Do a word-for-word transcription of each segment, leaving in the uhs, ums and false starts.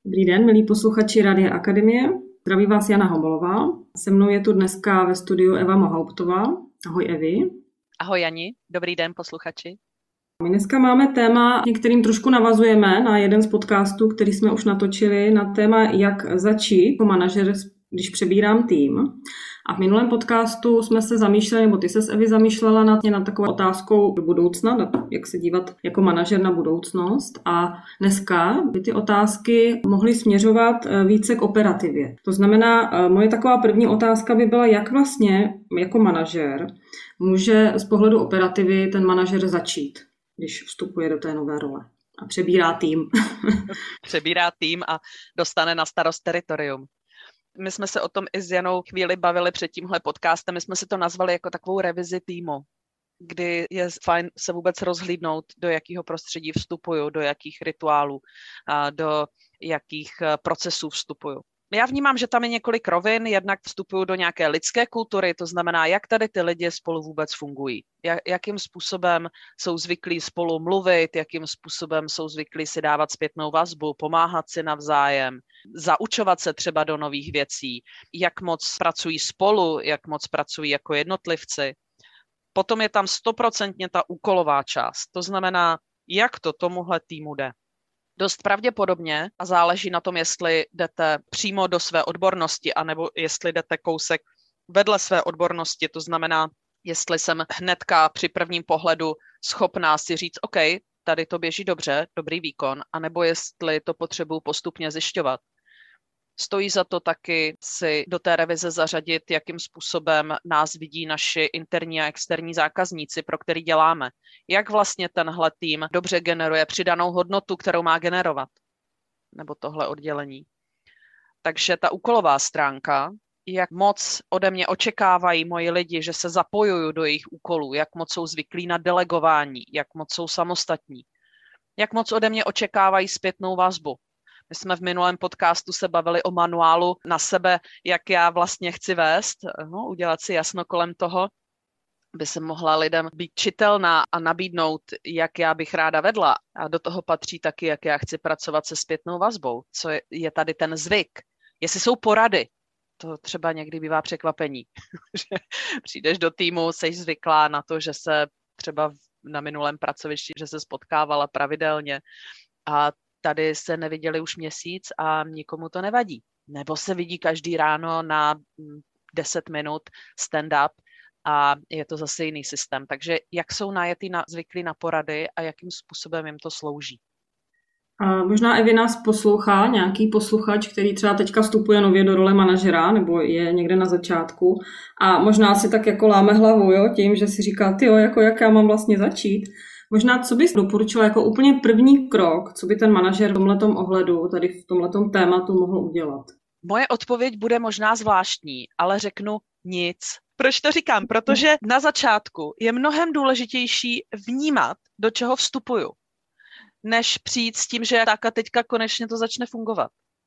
Dobrý den, milí posluchači Rádia Akademie. Zdraví vás Jana Homolová. Se mnou je tu dneska ve studiu Eva Mohauptová. Ahoj Evi. Ahoj Jani, dobrý den posluchači. My dneska máme téma, kterým trošku navazujeme na jeden z podcastů, který jsme už natočili na téma, jak začít jako manažer, když přebírám tým. A v minulém podcastu jsme se zamýšleli, nebo ty se s Evi zamýšlela nad, nad takovou otázkou do budoucna, nad, jak se dívat jako manažer na budoucnost. A dneska by ty otázky mohly směřovat více k operativě. To znamená, moje taková první otázka by byla, jak vlastně jako manažer může z pohledu operativy ten manažer začít, když vstupuje do té nové role a přebírá tým. Přebírá tým a dostane na starost teritorium. My jsme se o tom i s Janou chvíli bavili před tímhle podcastem. My jsme si to nazvali jako takovou revizi týmu, kdy je fajn se vůbec rozhlídnout, do jakého prostředí vstupuju, do jakých rituálů, do jakých procesů vstupuju. Já vnímám, že tam je několik rovin, jednak vstupuju do nějaké lidské kultury, to znamená, jak tady ty lidi spolu vůbec fungují, jak, jakým způsobem jsou zvyklí spolu mluvit, jakým způsobem jsou zvyklí si dávat zpětnou vazbu, pomáhat si navzájem, zaučovat se třeba do nových věcí, jak moc pracují spolu, jak moc pracují jako jednotlivci. Potom je tam stoprocentně ta úkolová část, to znamená, jak to tomuhle týmu jde. Dost pravděpodobně, a záleží na tom, jestli jdete přímo do své odbornosti, anebo jestli jdete kousek vedle své odbornosti, to znamená, jestli jsem hnedka při prvním pohledu schopná si říct, OK, tady to běží dobře, dobrý výkon, anebo jestli to potřebuji postupně zjišťovat. Stojí za to taky si do té revize zařadit, jakým způsobem nás vidí naši interní a externí zákazníci, pro který děláme. Jak vlastně tenhle tým dobře generuje přidanou hodnotu, kterou má generovat. Nebo tohle oddělení. Takže ta úkolová stránka, jak moc ode mě očekávají moji lidi, že se zapojuju do jejich úkolů, jak moc jsou zvyklí na delegování, jak moc jsou samostatní. Jak moc ode mě očekávají zpětnou vazbu. My jsme v minulém podcastu se bavili o manuálu na sebe, jak já vlastně chci vést, no, udělat si jasno kolem toho, by se mohla lidem být čitelná a nabídnout, jak já bych ráda vedla. A do toho patří taky, jak já chci pracovat se zpětnou vazbou, co je, je tady ten zvyk. Jestli jsou porady, to třeba někdy bývá překvapení, že přijdeš do týmu, jsi zvyklá na to, že se třeba na minulém pracovišti, že se spotkávala pravidelně a tady se neviděli už měsíc a nikomu to nevadí. Nebo se vidí každý ráno na deset minut stand-up a je to zase jiný systém. Takže jak jsou najetí na, zvyklí na porady a jakým způsobem jim to slouží. A možná Evi nás poslouchá nějaký posluchač, který třeba teďka vstupuje nově do role manažera nebo je někde na začátku a možná si tak jako láme hlavu, jo, tím, že si říká, tyjo, jako jak já mám vlastně začít. Možná, co bys doporučila jako úplně první krok, co by ten manažer v tomhletom ohledu, tady v tomhletom tématu mohl udělat? Moje odpověď bude možná zvláštní, ale řeknu nic. Proč to říkám? Protože na začátku je mnohem důležitější vnímat, do čeho vstupuju, než přijít s tím, že tak a teďka konečně to začne fungovat.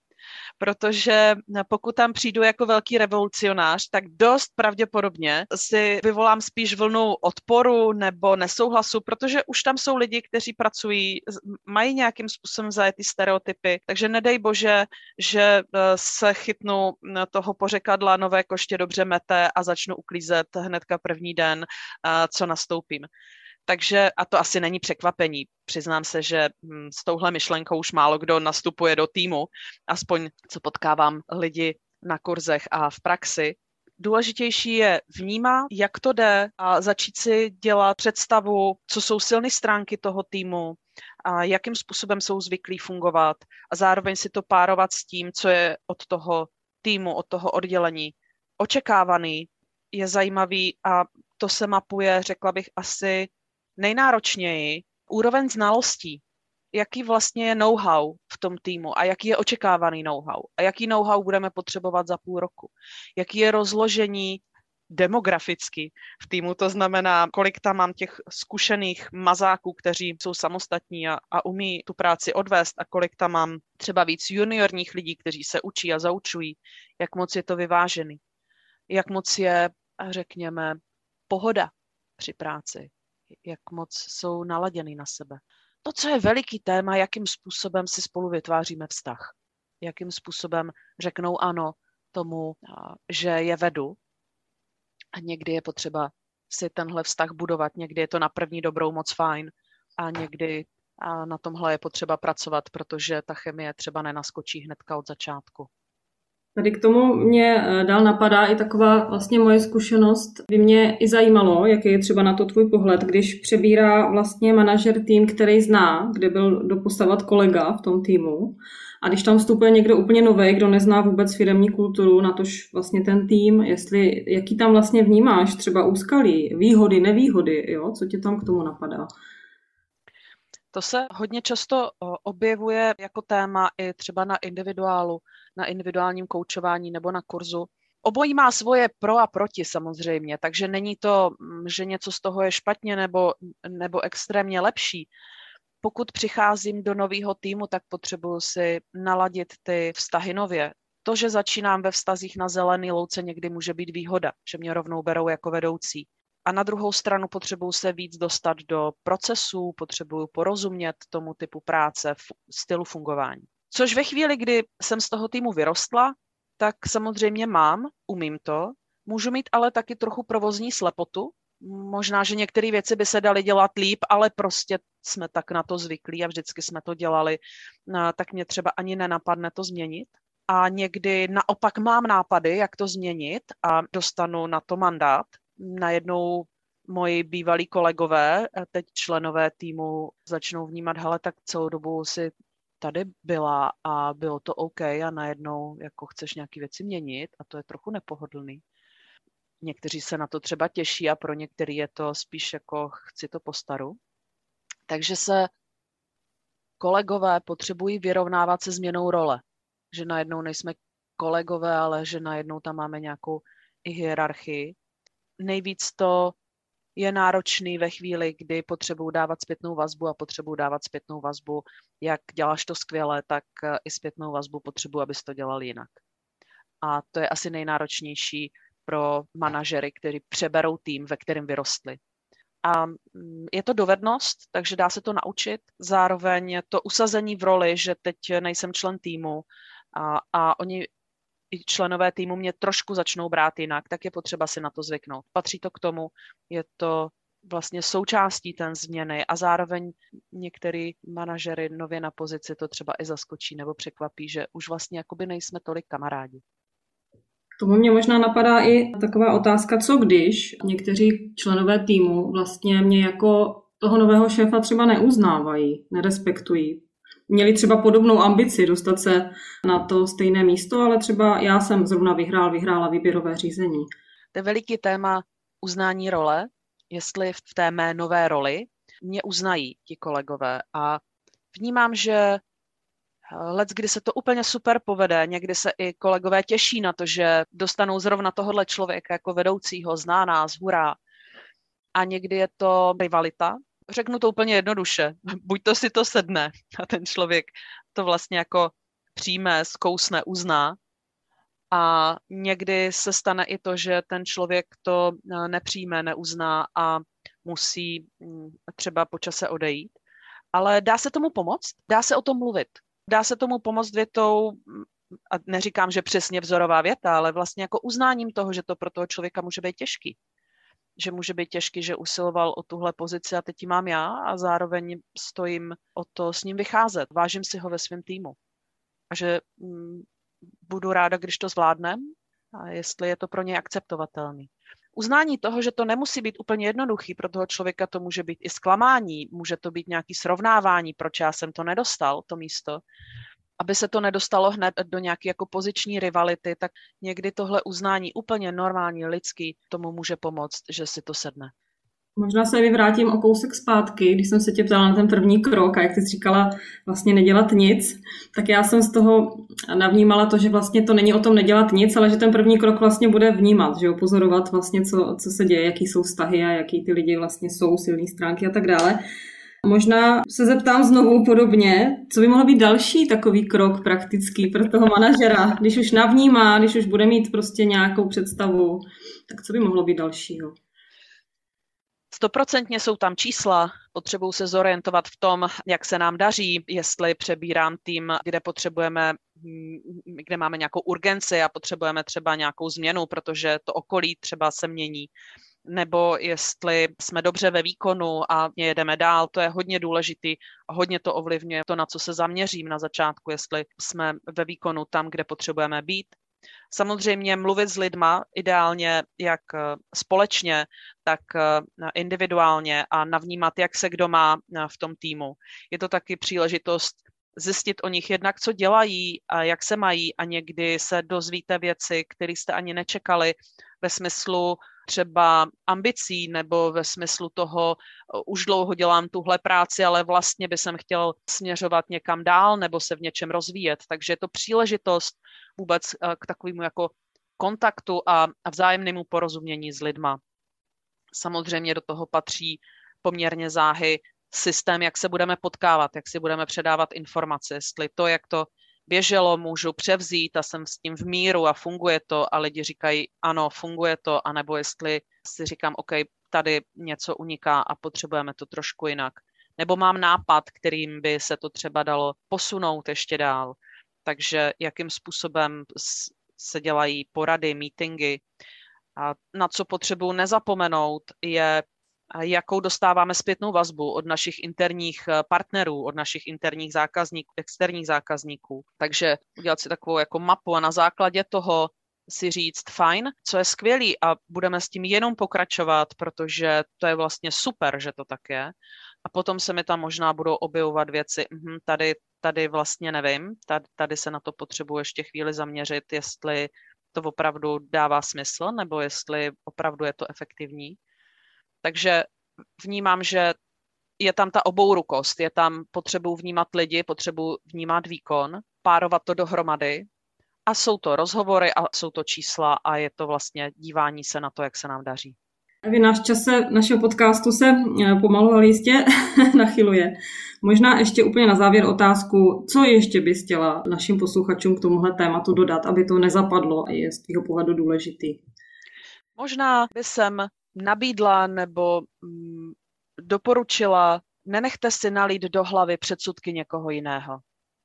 Protože pokud tam přijdu jako velký revolucionář, tak dost pravděpodobně si vyvolám spíš vlnu odporu nebo nesouhlasu, protože už tam jsou lidi, kteří pracují, mají nějakým způsobem zajetý stereotypy, takže nedej bože, že se chytnu toho pořekadla nové koště dobře mete a začnu uklízet hnedka první den, co nastoupím. Takže, a to asi není překvapení, přiznám se, že s touhle myšlenkou už málo kdo nastupuje do týmu, aspoň co potkávám lidi na kurzech a v praxi. Důležitější je vnímat, jak to jde a začít si dělat představu, co jsou silné stránky toho týmu a jakým způsobem jsou zvyklí fungovat a zároveň si to párovat s tím, co je od toho týmu, od toho oddělení očekávaný, je zajímavý a to se mapuje, řekla bych, asi nejnáročněji úroveň znalostí, jaký vlastně je know-how v tom týmu a jaký je očekávaný know-how a jaký know-how budeme potřebovat za půl roku. Jaký je rozložení demograficky v týmu, to znamená, kolik tam mám těch zkušených mazáků, kteří jsou samostatní a, a umí tu práci odvést a kolik tam mám třeba víc juniorních lidí, kteří se učí a zaučují, jak moc je to vyvážený, jak moc je, řekněme, pohoda při práci, jak moc jsou naladěný na sebe. To, co je veliký téma, jakým způsobem si spolu vytváříme vztah. jakým způsobem řeknou ano tomu, že je vedu. A někdy je potřeba si tenhle vztah budovat, někdy je to na první dobrou moc fajn a někdy a na tomhle je potřeba pracovat, protože ta chemie třeba nenaskočí hnedka od začátku. Tady k tomu mě dál napadá i taková vlastně moje zkušenost. By mě i zajímalo, jaký je třeba na to tvůj pohled, když přebírá vlastně manažer tým, který zná, kde byl doposavat kolega v tom týmu. A když tam vstupuje někdo úplně nový, kdo nezná vůbec firemní kulturu, natož vlastně ten tým, jestli, jaký tam vlastně vnímáš třeba úskalí, výhody, nevýhody, jo? Co tě tam k tomu napadá? To se hodně často objevuje jako téma i třeba na individuálu, na individuálním koučování nebo na kurzu. Obojí má svoje pro a proti samozřejmě, takže není to, že něco z toho je špatně nebo, nebo extrémně lepší. Pokud přicházím do nového týmu, tak potřebuji si naladit ty vztahy nově. To, že začínám ve vztazích na zelený louce, někdy může být výhoda, že mě rovnou berou jako vedoucí. A na druhou stranu potřebuji se víc dostat do procesů, potřebuji porozumět tomu typu práce, stylu fungování. Což ve chvíli, kdy jsem z toho týmu vyrostla, tak samozřejmě mám, umím to, můžu mít ale taky trochu provozní slepotu. Možná, že některé věci by se daly dělat líp, ale prostě jsme tak na to zvyklí a vždycky jsme to dělali, tak mě třeba ani nenapadne to změnit. A někdy naopak mám nápady, jak to změnit a dostanu na to mandát. Najednou moji bývalí kolegové, teď členové týmu, začnou vnímat, hele, tak celou dobu si tady byla a bylo to OK a najednou jako chceš nějaké věci měnit a to je trochu nepohodlný. Někteří se na to třeba těší a pro některý je to spíš jako chci to po staru. Takže se kolegové potřebují vyrovnávat se změnou role. Že najednou nejsme kolegové, ale že najednou tam máme nějakou i hierarchii. Nejvíc to je náročný ve chvíli, kdy potřebuji dávat zpětnou vazbu a potřebuji dávat zpětnou vazbu, jak děláš to skvěle, tak i zpětnou vazbu potřebuji, abys to dělal jinak. A to je asi nejnáročnější pro manažery, kteří přeberou tým, ve kterém vyrostli. A je to dovednost, takže dá se to naučit. Zároveň to usazení v roli, že teď nejsem člen týmu a, a oni i členové týmu mě trošku začnou brát jinak, tak je potřeba si na to zvyknout. Patří to k tomu, je to vlastně součástí ten změny a zároveň některý manažery nově na pozici to třeba i zaskočí nebo překvapí, že už vlastně jakoby nejsme tolik kamarádi. K tomu mě možná napadá i taková otázka, co když někteří členové týmu vlastně mě jako toho nového šéfa třeba neuznávají, nerespektují. Měli třeba podobnou ambici dostat se na to stejné místo, ale třeba já jsem zrovna vyhrál, vyhrála výběrové řízení. To je veliký téma uznání role, jestli v té mé nové roli mě uznají ti kolegové a vnímám, že let, kdy se to úplně super povede, někdy se i kolegové těší na to, že dostanou zrovna tohohle člověka jako vedoucího, zná nás, hurá. A někdy je to rivalita. Řeknu to úplně jednoduše. Buď to si to sedne a ten člověk to vlastně jako přijme, zkousne, uzná. A někdy se stane i to, že ten člověk to nepřijme, neuzná a musí třeba po čase odejít. Ale dá se tomu pomoct? Dá se o tom mluvit. Dá se tomu pomoct větou, a neříkám, že přesně vzorová věta, ale vlastně jako uznáním toho, že to pro toho člověka může být těžký. Že může být těžký, že usiloval o tuhle pozici a teď ji mám já a zároveň stojím o to s ním vycházet. Vážím si ho ve svém týmu. A že mm, budu ráda, když to zvládnem a jestli je to pro něj akceptovatelný. Uznání toho, že to nemusí být úplně jednoduchý, pro toho člověka to může být i zklamání, může to být nějaký srovnávání, proč já jsem to nedostal, to místo. Aby se to nedostalo hned do nějaké jako poziční rivality, tak někdy tohle uznání úplně normální, lidský, tomu může pomoct, že si to sedne. Možná se vyvrátím o kousek zpátky, když jsem se tě ptala na ten první krok a jak ty jsi říkala vlastně nedělat nic, tak já jsem z toho navnímala to, že vlastně to není o tom nedělat nic, ale že ten první krok vlastně bude vnímat, že jo, pozorovat vlastně, co, co se děje, jaký jsou vztahy a jaký ty lidi vlastně jsou, silné stránky a tak dále. Možná se zeptám znovu podobně, co by mohlo být další takový krok praktický pro toho manažera, když už navnímá, když už bude mít prostě nějakou představu, tak co by mohlo být dalšího? Stoprocentně jsou tam čísla, potřebuju se zorientovat v tom, jak se nám daří, jestli přebírám tým, kde potřebujeme, kde máme nějakou urgenci a potřebujeme třeba nějakou změnu, protože to okolí třeba se mění, nebo jestli jsme dobře ve výkonu a jedeme dál, to je hodně důležitý a hodně to ovlivňuje to, na co se zaměřím na začátku, jestli jsme ve výkonu tam, kde potřebujeme být. Samozřejmě mluvit s lidma, ideálně jak společně, tak individuálně a navnímat, jak se kdo má v tom týmu. Je to taky příležitost zjistit o nich jednak, co dělají a jak se mají, a někdy se dozvíte věci, které jste ani nečekali, ve smyslu třeba ambicí nebo ve smyslu toho, už dlouho dělám tuhle práci, ale vlastně by jsem chtěl směřovat někam dál nebo se v něčem rozvíjet. Takže je to příležitost vůbec k takovému jako kontaktu a vzájemnému porozumění s lidma. Samozřejmě do toho patří poměrně záhy systém, jak se budeme potkávat, jak si budeme předávat informace, jestli to, jak to běželo, můžu převzít a jsem s tím v míru a funguje to a lidi říkají, ano, funguje to, anebo jestli si říkám, OK, tady něco uniká a potřebujeme to trošku jinak. Nebo mám nápad, kterým by se to třeba dalo posunout ještě dál. Takže jakým způsobem se dělají porady, meetingy. A na co potřebuji nezapomenout je, jakou dostáváme zpětnou vazbu od našich interních partnerů, od našich interních zákazníků, externích zákazníků. Takže udělat si takovou jako mapu a na základě toho si říct, fajn, co je skvělý a budeme s tím jenom pokračovat, protože to je vlastně super, že to tak je. A potom se mi tam možná budou objevovat věci, mhm, tady, tady vlastně nevím, tady, tady se na to potřebuji ještě chvíli zaměřit, jestli to opravdu dává smysl, nebo jestli opravdu je to efektivní. Takže vnímám, že je tam ta obourukost, je tam potřebu vnímat lidi, potřebu vnímat výkon, párovat to dohromady a jsou to rozhovory a jsou to čísla a je to vlastně dívání se na to, jak se nám daří. Vy náš čas se, našeho podcastu se pomalu, ale jistě nachyluje. Možná ještě úplně na závěr otázku, co ještě bys chtěla našim posluchačům k tomuhle tématu dodat, aby to nezapadlo a je z tvýho pohledu důležitý? Možná by jsem nabídla nebo mm, doporučila, nenechte si nalít do hlavy předsudky někoho jiného.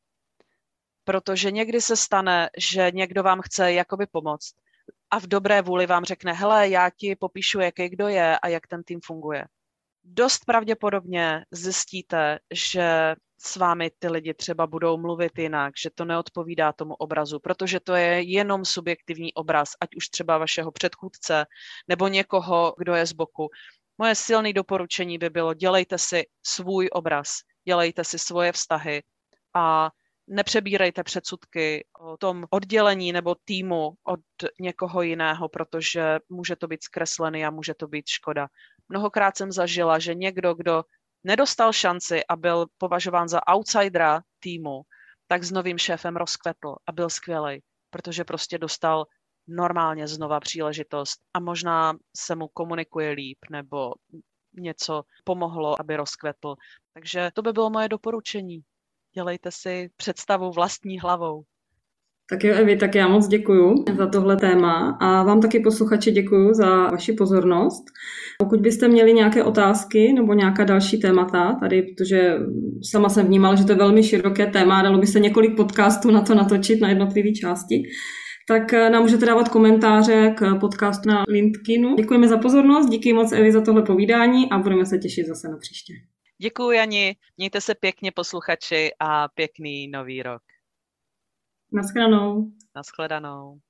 Protože někdy se stane, že někdo vám chce jakoby pomoct a v dobré vůli vám řekne, hele, já ti popíšu, jaký kdo je a jak ten tým funguje. Dost pravděpodobně zjistíte, že s vámi ty lidi třeba budou mluvit jinak, že to neodpovídá tomu obrazu, protože to je jenom subjektivní obraz, ať už třeba vašeho předchůdce nebo někoho, kdo je z boku. Moje silné doporučení by bylo, dělejte si svůj obraz, dělejte si svoje vztahy a nepřebírejte předsudky o tom oddělení nebo týmu od někoho jiného, protože může to být zkreslený a může to být škoda. Mnohokrát jsem zažila, že někdo, kdo nedostal šanci a byl považován za outsidera týmu, tak s novým šéfem rozkvetl a byl skvělej, protože prostě dostal normálně znova příležitost a možná se mu komunikuje líp nebo něco pomohlo, aby rozkvetl. Takže to by bylo moje doporučení. Dělejte si představu vlastní hlavou. Tak jo, Evi, tak já moc děkuju za tohle téma a vám taky posluchači děkuju za vaši pozornost. Pokud byste měli nějaké otázky nebo nějaká další témata tady, protože sama jsem vnímala, že to je velmi široké téma, dalo by se několik podcastů na to natočit na jednotlivé části, tak nám můžete dávat komentáře k podcastu na LinkedInu. Děkujeme za pozornost, díky moc Evi za tohle povídání a budeme se těšit zase na příště. Děkuji, Jani, mějte se pěkně posluchači a pěkný nový rok. Naschledanou. Naschledanou.